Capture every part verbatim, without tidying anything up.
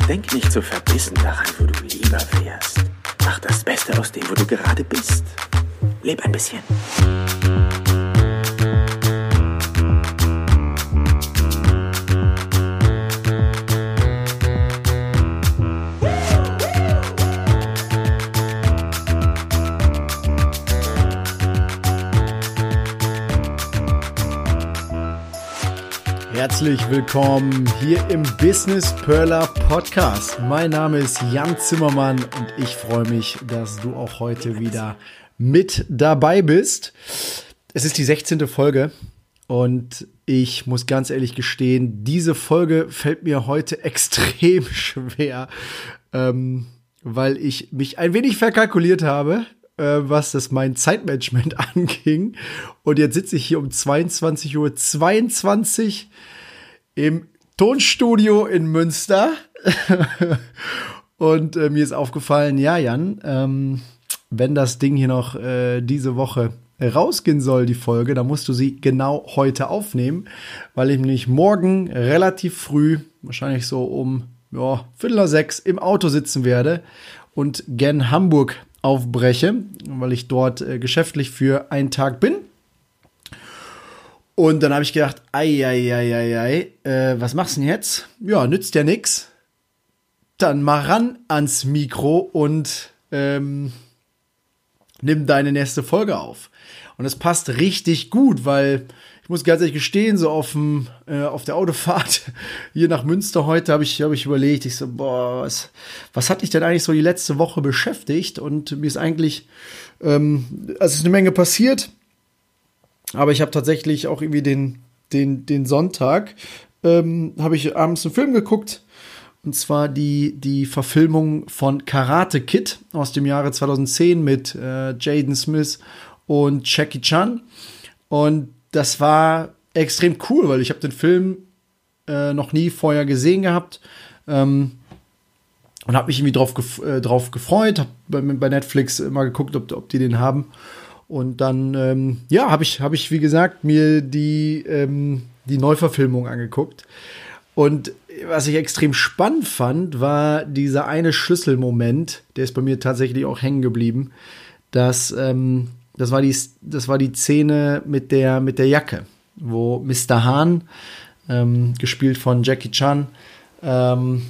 Denk nicht so verbissen daran, wo du lieber wärst. Mach das Beste aus dem, wo du gerade bist. Leb ein bisschen. Herzlich willkommen hier im Business Perler Podcast. Mein Name ist Jan Zimmermann und ich freue mich, dass du auch heute wieder mit dabei bist. Es ist die sechzehnte Folge und ich muss ganz ehrlich gestehen, diese Folge fällt mir heute extrem schwer, ähm, weil ich mich ein wenig verkalkuliert habe, äh, was das mein Zeitmanagement anging. Und jetzt sitze ich hier um zweiundzwanzig Uhr zweiundzwanzig im Tonstudio in Münster. Und äh, mir ist aufgefallen, ja, Jan, ähm, wenn das Ding hier noch äh, diese Woche rausgehen soll, die Folge, dann musst du sie genau heute aufnehmen, weil ich nämlich morgen relativ früh, wahrscheinlich so um ja, Viertel nach sechs, im Auto sitzen werde und gen Hamburg aufbreche, weil ich dort äh, geschäftlich für einen Tag bin. Und dann habe ich gedacht, ei, ei, ei, ei, ei, äh, was machst du denn jetzt? Ja, nützt ja nix. Dann mal ran ans Mikro und ähm, nimm deine nächste Folge auf. Und es passt richtig gut, weil ich muss ganz ehrlich gestehen, so auf, dem, äh, auf der Autofahrt hier nach Münster heute habe ich, hab ich überlegt, ich so, boah, was, was hat dich denn eigentlich so die letzte Woche beschäftigt? Und mir ist eigentlich, ähm, also es ist eine Menge passiert. Aber ich habe tatsächlich auch irgendwie den, den, den Sonntag, ähm, habe ich abends einen Film geguckt. Und zwar die, die Verfilmung von Karate Kid aus dem Jahre zweitausendzehn mit äh, Jaden Smith und Jackie Chan. Und das war extrem cool, weil ich habe den Film äh, noch nie vorher gesehen gehabt. Ähm, und habe mich irgendwie drauf, gef- äh, drauf gefreut. Habe bei, bei Netflix mal geguckt, ob, ob die den haben. Und dann, ähm, ja, habe ich, hab ich, wie gesagt, mir die, ähm, die Neuverfilmung angeguckt. Und was ich extrem spannend fand, war dieser eine Schlüsselmoment, der ist bei mir tatsächlich auch hängen geblieben. Dass, ähm, das war die, das war die Szene mit der, mit der Jacke, wo Mister Hahn, ähm, gespielt von Jackie Chan, ähm,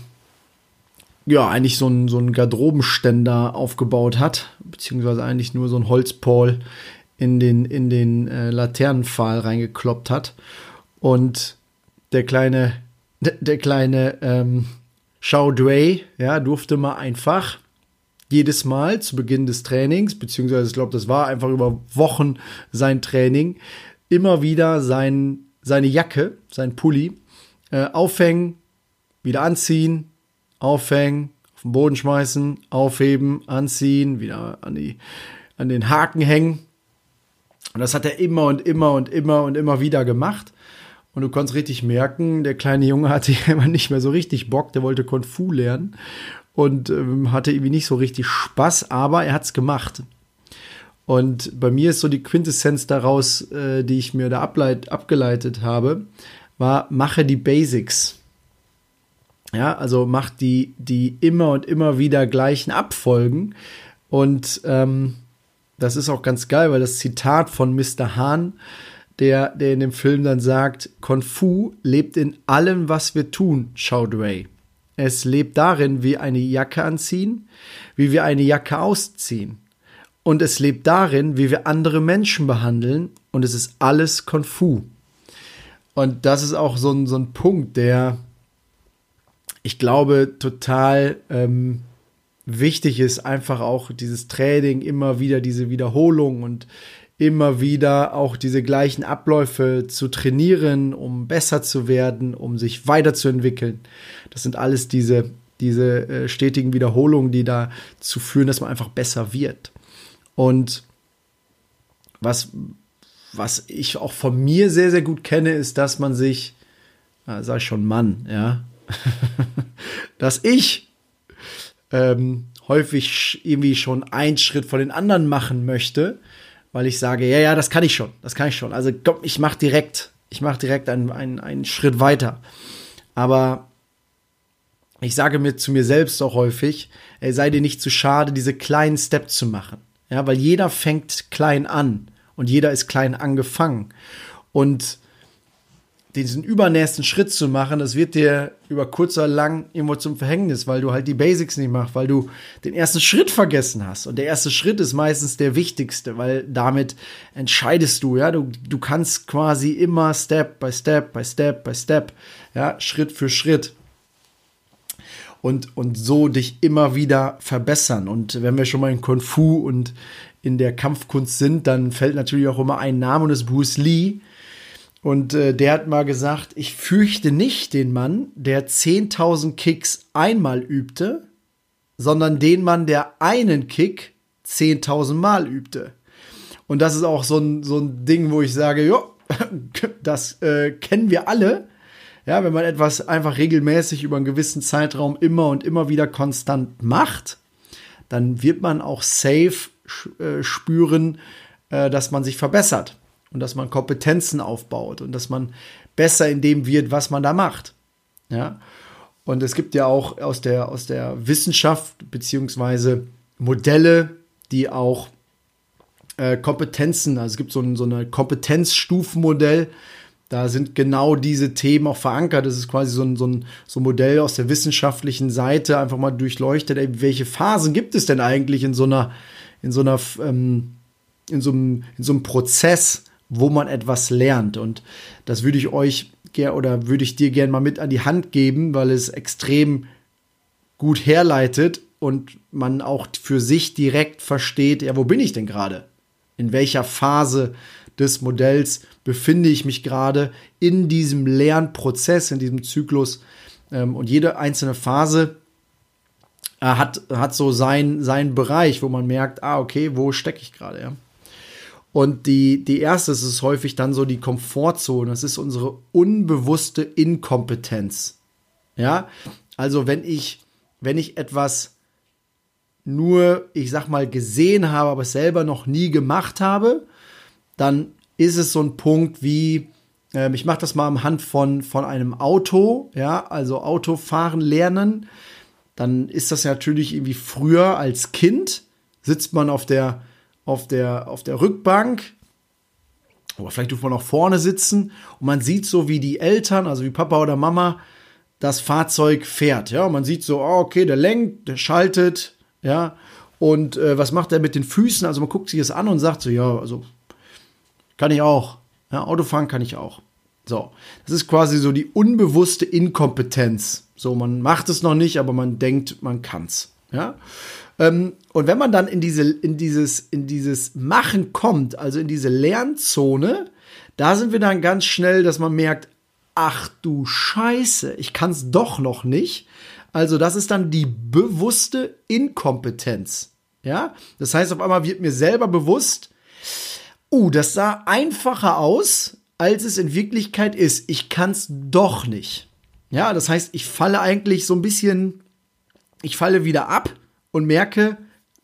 ja, eigentlich so einen so einen Garderobenständer aufgebaut hat, beziehungsweise eigentlich nur so ein Holzpfahl in den, in den äh, Laternenpfahl reingekloppt hat. Und der kleine, der, der kleine ähm, Shao Dui, ja, durfte mal einfach jedes Mal zu Beginn des Trainings, beziehungsweise ich glaube, das war einfach über Wochen sein Training, immer wieder sein, seine Jacke, sein Pulli, äh, aufhängen, wieder anziehen, aufhängen, auf den Boden schmeißen, aufheben, anziehen, wieder an, die, an den Haken hängen. Und das hat er immer und immer und immer und immer wieder gemacht. Und du konntest richtig merken, der kleine Junge hatte immer nicht mehr so richtig Bock, der wollte Kung Fu lernen und ähm, hatte irgendwie nicht so richtig Spaß, aber er hat's gemacht. Und bei mir ist so die Quintessenz daraus, äh, die ich mir da ableit, abgeleitet habe, war, mache die Basics. Ja, also macht die, die immer und immer wieder gleichen Abfolgen. Und ähm, das ist auch ganz geil, weil das Zitat von Mister Hahn, der, der in dem Film dann sagt, Kung Fu lebt in allem, was wir tun, Shao Dui. Es lebt darin, wie eine Jacke anziehen, wie wir eine Jacke ausziehen. Und es lebt darin, wie wir andere Menschen behandeln. Und es ist alles Kung Fu. Und das ist auch so ein, so ein Punkt, der, ich glaube, total ähm, wichtig ist, einfach auch dieses Training, immer wieder diese Wiederholung und immer wieder auch diese gleichen Abläufe zu trainieren, um besser zu werden, um sich weiterzuentwickeln. Das sind alles diese, diese äh, stetigen Wiederholungen, die dazu führen, dass man einfach besser wird. Und was, was ich auch von mir sehr, sehr gut kenne, ist, dass man sich, äh, sag ich schon Mann, ja, dass ich ähm, häufig irgendwie schon einen Schritt vor den anderen machen möchte, weil ich sage, ja, ja, das kann ich schon, das kann ich schon. Also komm, ich mach direkt, ich mach direkt einen, einen, einen Schritt weiter. Aber ich sage mir zu mir selbst auch häufig, ey, sei dir nicht zu schade, diese kleinen Steps zu machen. Ja, weil jeder fängt klein an und jeder ist klein angefangen. Und diesen übernächsten Schritt zu machen, das wird dir über kurz oder lang irgendwo zum Verhängnis, weil du halt die Basics nicht machst, weil du den ersten Schritt vergessen hast. Und der erste Schritt ist meistens der wichtigste, weil damit entscheidest du, ja, du, du kannst quasi immer Step by Step by Step by Step, ja, Schritt für Schritt und, und so dich immer wieder verbessern. Und wenn wir schon mal in Kung Fu und in der Kampfkunst sind, dann fällt natürlich auch immer ein Name und das ist Bruce Lee. Und äh, der hat mal gesagt, ich fürchte nicht den Mann, der zehntausend Kicks einmal übte, sondern den Mann, der einen Kick zehntausend Mal übte. Und das ist auch so ein, so ein Ding, wo ich sage, jo, das äh, kennen wir alle. Ja, wenn man etwas einfach regelmäßig über einen gewissen Zeitraum immer und immer wieder konstant macht, dann wird man auch safe äh, spüren, äh, dass man sich verbessert. Und dass man Kompetenzen aufbaut und dass man besser in dem wird, was man da macht. Ja? Und es gibt ja auch aus der, aus der Wissenschaft beziehungsweise Modelle, die auch äh, Kompetenzen, also es gibt so ein so eine Kompetenzstufenmodell, da sind genau diese Themen auch verankert. Das ist quasi so ein, so ein, so ein Modell aus der wissenschaftlichen Seite, einfach mal durchleuchtet, ey, welche Phasen gibt es denn eigentlich in so einer, in so einer, ähm, in so einem, in so einem Prozess, wo man etwas lernt. Und das würde ich euch gerne oder würde ich dir gerne mal mit an die Hand geben, weil es extrem gut herleitet und man auch für sich direkt versteht, ja, wo bin ich denn gerade? In welcher Phase des Modells befinde ich mich gerade in diesem Lernprozess, in diesem Zyklus? Und jede einzelne Phase hat, hat so seinen sein Bereich, wo man merkt, ah, okay, wo stecke ich gerade, ja? Und die, die erste ist es häufig dann so die Komfortzone. Das ist unsere unbewusste Inkompetenz. Ja, also wenn ich, wenn ich etwas nur, ich sag mal, gesehen habe, aber es selber noch nie gemacht habe, dann ist es so ein Punkt wie, äh, ich mache das mal am Hand von, von einem Auto, ja, also Autofahren lernen. Dann ist das natürlich irgendwie früher als Kind, sitzt man auf der auf der, auf der Rückbank oder vielleicht tut man auch vorne sitzen und man sieht so, wie die Eltern, also wie Papa oder Mama, das Fahrzeug fährt, ja, und man sieht so, oh, okay, der lenkt, der schaltet, ja, und äh, was macht er mit den Füßen, also man guckt sich das an und sagt so, ja, also kann ich auch, ja, Autofahren kann ich auch, so, das ist quasi so die unbewusste Inkompetenz, so, man macht es noch nicht, aber man denkt, man kann's, ja. Und wenn man dann in diese, in dieses, in dieses Machen kommt, also in diese Lernzone, da sind wir dann ganz schnell, dass man merkt, ach du Scheiße, ich kann es doch noch nicht. Also das ist dann die bewusste Inkompetenz. Ja, das heißt, auf einmal wird mir selber bewusst, uh, das sah einfacher aus, als es in Wirklichkeit ist. Ich kann es doch nicht. Ja, das heißt, ich falle eigentlich so ein bisschen, ich falle wieder ab und merke,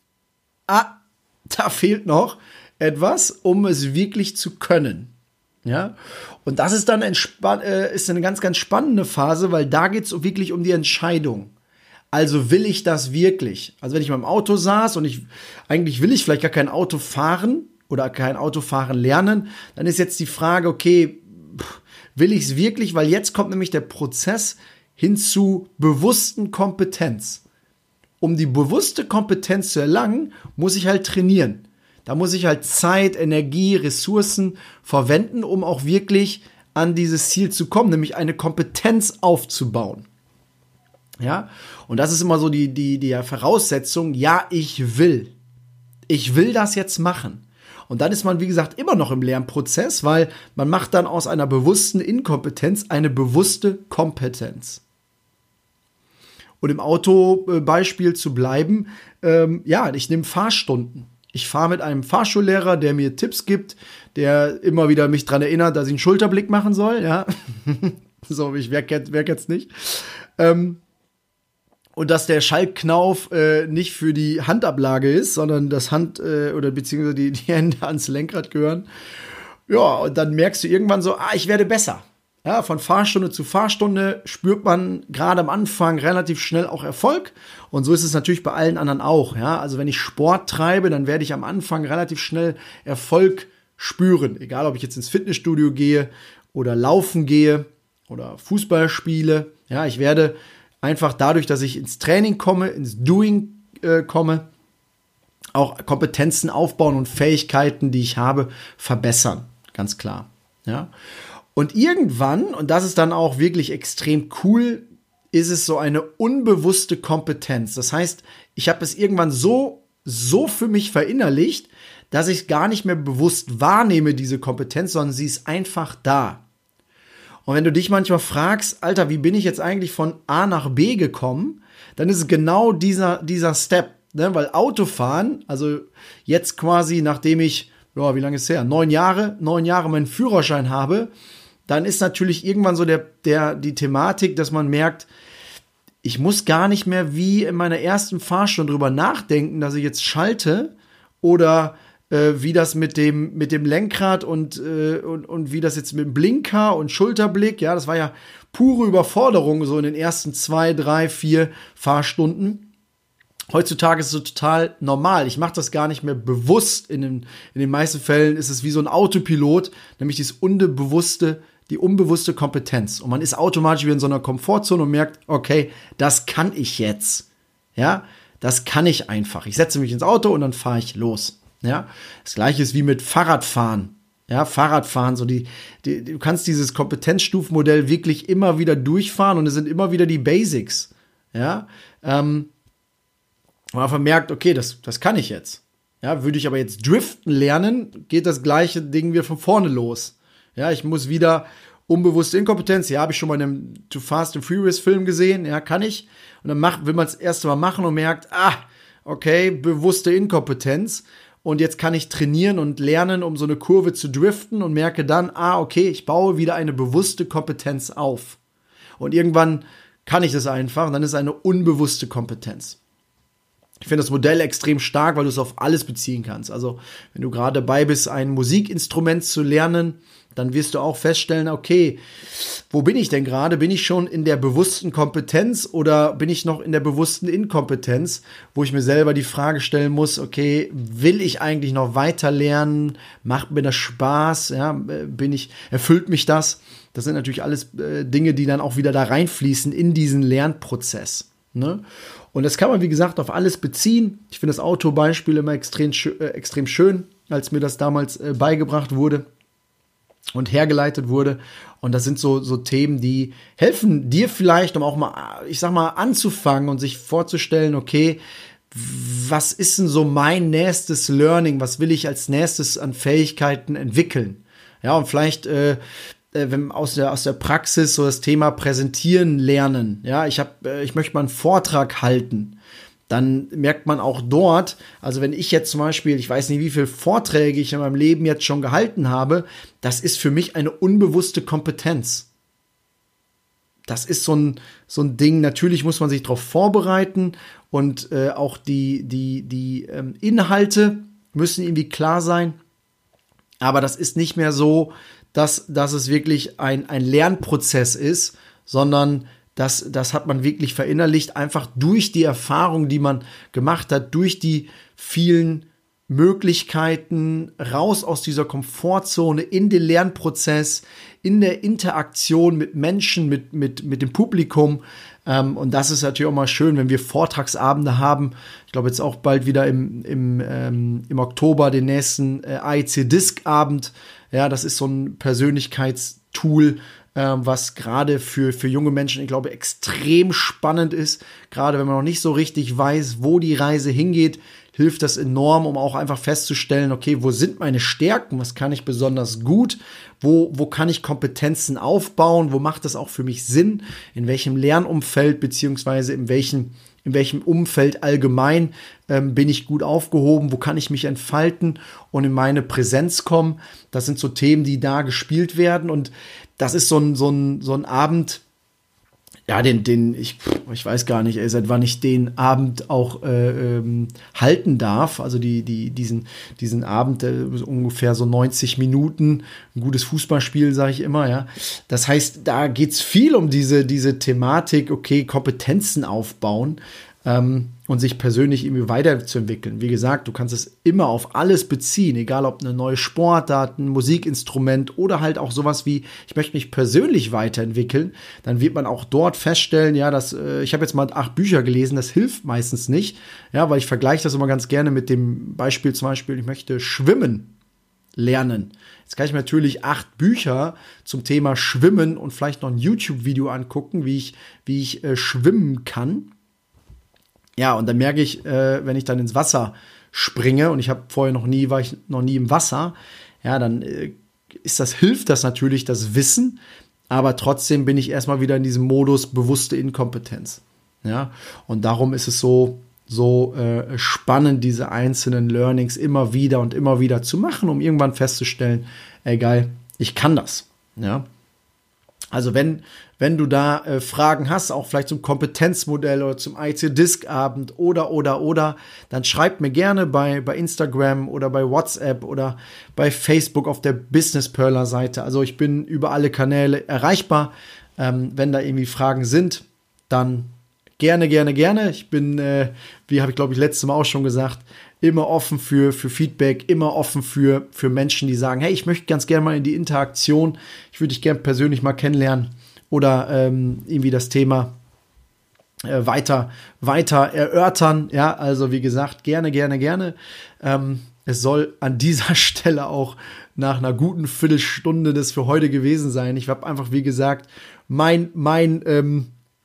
ah, da fehlt noch etwas, um es wirklich zu können. Ja, und das ist dann entspann- äh, ist eine ganz, ganz spannende Phase, weil da geht es wirklich um die Entscheidung. Also will ich das wirklich? Also wenn ich mal im Auto saß und ich, eigentlich will ich vielleicht gar kein Auto fahren oder kein Auto fahren lernen, dann ist jetzt die Frage, okay, will ich es wirklich? Weil jetzt kommt nämlich der Prozess hin zu bewussten Kompetenz. Um die bewusste Kompetenz zu erlangen, muss ich halt trainieren. Da muss ich halt Zeit, Energie, Ressourcen verwenden, um auch wirklich an dieses Ziel zu kommen, nämlich eine Kompetenz aufzubauen. Ja, und das ist immer so die, die, die Voraussetzung, ja, ich will. Ich will das jetzt machen. Und dann ist man, wie gesagt, immer noch im Lernprozess, weil man macht dann aus einer bewussten Inkompetenz eine bewusste Kompetenz. Und im Autobeispiel zu bleiben, ähm, ja, ich nehme Fahrstunden. Ich fahre mit einem Fahrschullehrer, der mir Tipps gibt, der immer wieder mich daran erinnert, dass ich einen Schulterblick machen soll, ja. So, ich wer kennt, wer kennt's nicht. Ähm, und dass der Schaltknauf äh, nicht für die Handablage ist, sondern das Hand äh, oder beziehungsweise die, die Hände ans Lenkrad gehören. Ja, und dann merkst du irgendwann so, ah, ich werde besser. Ja, von Fahrstunde zu Fahrstunde spürt man gerade am Anfang relativ schnell auch Erfolg. Und so ist es natürlich bei allen anderen auch. Ja, also wenn ich Sport treibe, dann werde ich am Anfang relativ schnell Erfolg spüren. Egal, ob ich jetzt ins Fitnessstudio gehe oder laufen gehe oder Fußball spiele. Ja, ich werde einfach dadurch, dass ich ins Training komme, ins Doing äh, komme, auch Kompetenzen aufbauen und Fähigkeiten, die ich habe, verbessern. Ganz klar. Ja. Und irgendwann, und das ist dann auch wirklich extrem cool, ist es so eine unbewusste Kompetenz. Das heißt, ich habe es irgendwann so, so für mich verinnerlicht, dass ich gar nicht mehr bewusst wahrnehme, diese Kompetenz, sondern sie ist einfach da. Und wenn du dich manchmal fragst, Alter, wie bin ich jetzt eigentlich von A nach B gekommen, dann ist es genau dieser, dieser Step. Ne? Weil Autofahren, also jetzt quasi, nachdem ich, ja, wie lange ist es her? Neun Jahre, neun Jahre meinen Führerschein habe, dann ist natürlich irgendwann so der, der, die Thematik, dass man merkt, ich muss gar nicht mehr wie in meiner ersten Fahrstunde drüber nachdenken, dass ich jetzt schalte oder äh, wie das mit dem, mit dem Lenkrad und, äh, und, und wie das jetzt mit dem Blinker und Schulterblick, ja, das war ja pure Überforderung so in den ersten zwei, drei, vier Fahrstunden. Heutzutage ist es so total normal. Ich mache das gar nicht mehr bewusst. In den, in den meisten Fällen ist es wie so ein Autopilot, nämlich dieses unbewusste, die unbewusste Kompetenz. Und man ist automatisch wieder in so einer Komfortzone und merkt, okay, das kann ich jetzt. Ja, das kann ich einfach. Ich setze mich ins Auto und dann fahre ich los. Ja, das Gleiche ist wie mit Fahrradfahren. Ja, Fahrradfahren, so die, die, du kannst dieses Kompetenzstufenmodell wirklich immer wieder durchfahren und es sind immer wieder die Basics. Ja, ähm, man einfach merkt, okay, das, das kann ich jetzt. Ja, würde ich aber jetzt driften lernen, geht das gleiche Ding wieder von vorne los. Ja, ich muss wieder unbewusste Inkompetenz, ja, habe ich schon mal in einem Too Fast and Furious Film gesehen, ja, kann ich. Und dann macht, will man es das erste Mal machen und merkt, ah, okay, bewusste Inkompetenz. Und jetzt kann ich trainieren und lernen, um so eine Kurve zu driften und merke dann, ah, okay, ich baue wieder eine bewusste Kompetenz auf. Und irgendwann kann ich das einfach und dann ist es eine unbewusste Kompetenz. Ich finde das Modell extrem stark, weil du es auf alles beziehen kannst. Also, wenn du gerade dabei bist, ein Musikinstrument zu lernen, dann wirst du auch feststellen, okay, wo bin ich denn gerade? Bin ich schon in der bewussten Kompetenz oder bin ich noch in der bewussten Inkompetenz, wo ich mir selber die Frage stellen muss, okay, will ich eigentlich noch weiter lernen? Macht mir das Spaß? Ja, bin ich, erfüllt mich das? Das sind natürlich alles äh, Dinge, die dann auch wieder da reinfließen in diesen Lernprozess. Ne? Und das kann man, wie gesagt, auf alles beziehen. Ich finde das Autobeispiel immer extrem, äh, extrem schön, als mir das damals äh, beigebracht wurde und hergeleitet wurde. Und das sind so, so Themen, die helfen dir vielleicht, um auch mal, ich sag mal, anzufangen und sich vorzustellen, okay, was ist denn so mein nächstes Learning? Was will ich als nächstes an Fähigkeiten entwickeln? Ja, und vielleicht äh, wenn aus der aus der Praxis so das Thema Präsentieren lernen, ja, ich habe ich möchte mal einen Vortrag halten, dann merkt man auch dort, also wenn ich jetzt zum Beispiel, ich weiß nicht, wie viele Vorträge ich in meinem Leben jetzt schon gehalten habe, das ist für mich eine unbewusste Kompetenz. Das ist so ein so ein Ding, natürlich muss man sich darauf vorbereiten und äh, auch die die die ähm, Inhalte müssen irgendwie klar sein, aber das ist nicht mehr so, dass, dass es wirklich ein, ein Lernprozess ist, sondern das, das hat man wirklich verinnerlicht, einfach durch die Erfahrung, die man gemacht hat, durch die vielen Möglichkeiten, raus aus dieser Komfortzone, in den Lernprozess, in der Interaktion mit Menschen, mit, mit, mit dem Publikum. Ähm, und das ist natürlich auch mal schön, wenn wir Vortragsabende haben. Ich glaube jetzt auch bald wieder im, im, ähm, im Oktober den nächsten äh, A I C-Disk-Abend. Ja, das ist so ein Persönlichkeitstool, äh, was gerade für, für junge Menschen, ich glaube, extrem spannend ist. Gerade wenn man noch nicht so richtig weiß, wo die Reise hingeht, hilft das enorm, um auch einfach festzustellen, okay, wo sind meine Stärken, was kann ich besonders gut, wo, wo kann ich Kompetenzen aufbauen, wo macht das auch für mich Sinn, in welchem Lernumfeld beziehungsweise in welchem, in welchem Umfeld allgemein ähm, bin ich gut aufgehoben, wo kann ich mich entfalten und in meine Präsenz kommen. Das sind so Themen, die da gespielt werden und das ist so ein, so ein, so ein Abend, ja, den, den, ich, ich weiß gar nicht, ey, seit wann ich den Abend auch äh, ähm, halten darf. Also die, die, diesen, diesen Abend, äh, ungefähr so neunzig Minuten, ein gutes Fußballspiel, sage ich immer, ja. Das heißt, da geht's viel um diese, diese Thematik, okay, Kompetenzen aufbauen. Ähm, und sich persönlich irgendwie weiterzuentwickeln. Wie gesagt, du kannst es immer auf alles beziehen, egal ob eine neue Sportart, ein Musikinstrument oder halt auch sowas wie, ich möchte mich persönlich weiterentwickeln, dann wird man auch dort feststellen, ja, dass, äh, ich habe jetzt mal acht Bücher gelesen, das hilft meistens nicht, ja, weil ich vergleiche das immer ganz gerne mit dem Beispiel zum Beispiel, ich möchte schwimmen lernen. Jetzt kann ich mir natürlich acht Bücher zum Thema Schwimmen und vielleicht noch ein YouTube-Video angucken, wie ich, wie ich äh, schwimmen kann. Ja, und dann merke ich, äh, wenn ich dann ins Wasser springe und ich habe vorher noch nie, war ich noch nie im Wasser, ja, dann äh, ist das, hilft das natürlich, das Wissen, aber trotzdem bin ich erstmal wieder in diesem Modus bewusste Inkompetenz. Ja, und darum ist es so, so äh, spannend, diese einzelnen Learnings immer wieder und immer wieder zu machen, um irgendwann festzustellen, ey, geil, ich kann das. Ja. Also wenn, wenn du da äh, Fragen hast, auch vielleicht zum Kompetenzmodell oder zum I C-Disk-Abend oder, oder, oder, dann schreib mir gerne bei, bei Instagram oder bei WhatsApp oder bei Facebook auf der Business Perler Seite. Also ich bin über alle Kanäle erreichbar. Ähm, wenn da irgendwie Fragen sind, dann gerne, gerne, gerne. Ich bin, äh, wie habe ich glaube ich letztes Mal auch schon gesagt, immer offen für, für Feedback, immer offen für, für Menschen, die sagen, hey, ich möchte ganz gerne mal in die Interaktion, ich würde dich gerne persönlich mal kennenlernen oder ähm, irgendwie das Thema äh, weiter, weiter erörtern. Ja, also wie gesagt, gerne, gerne, gerne. Ähm, es soll an dieser Stelle auch nach einer guten Viertelstunde das für heute gewesen sein. Ich habe einfach, wie gesagt, mein, mein, ähm,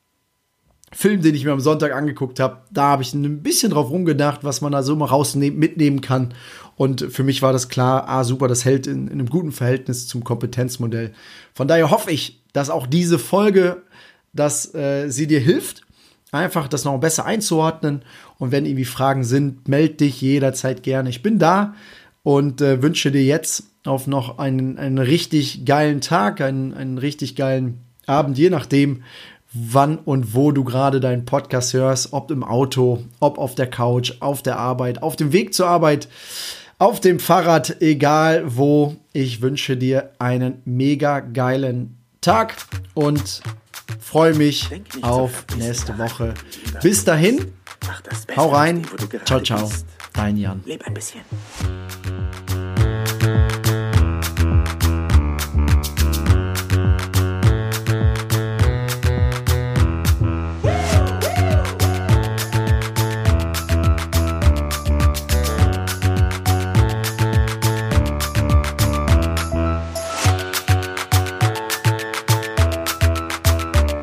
Film, den ich mir am Sonntag angeguckt habe, da habe ich ein bisschen drauf rumgedacht, was man da so mal rausnehmen, mitnehmen kann. Und für mich war das klar, ah, super, das hält in, in einem guten Verhältnis zum Kompetenzmodell. Von daher hoffe ich, dass auch diese Folge, dass äh, sie dir hilft, einfach das noch besser einzuordnen. Und wenn irgendwie Fragen sind, meld dich jederzeit gerne. Ich bin da und äh, wünsche dir jetzt auf noch einen, einen richtig geilen Tag, einen, einen richtig geilen Abend, je nachdem, wann und wo du gerade deinen Podcast hörst, ob im Auto, ob auf der Couch, auf der Arbeit, auf dem Weg zur Arbeit, auf dem Fahrrad, egal wo. Ich wünsche dir einen mega geilen Tag und freue mich auf nächste Woche. Bis dahin, hau rein, ciao, ciao, dein Jan. Leb ein bisschen.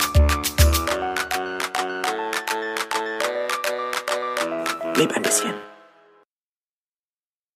Leb ein bisschen.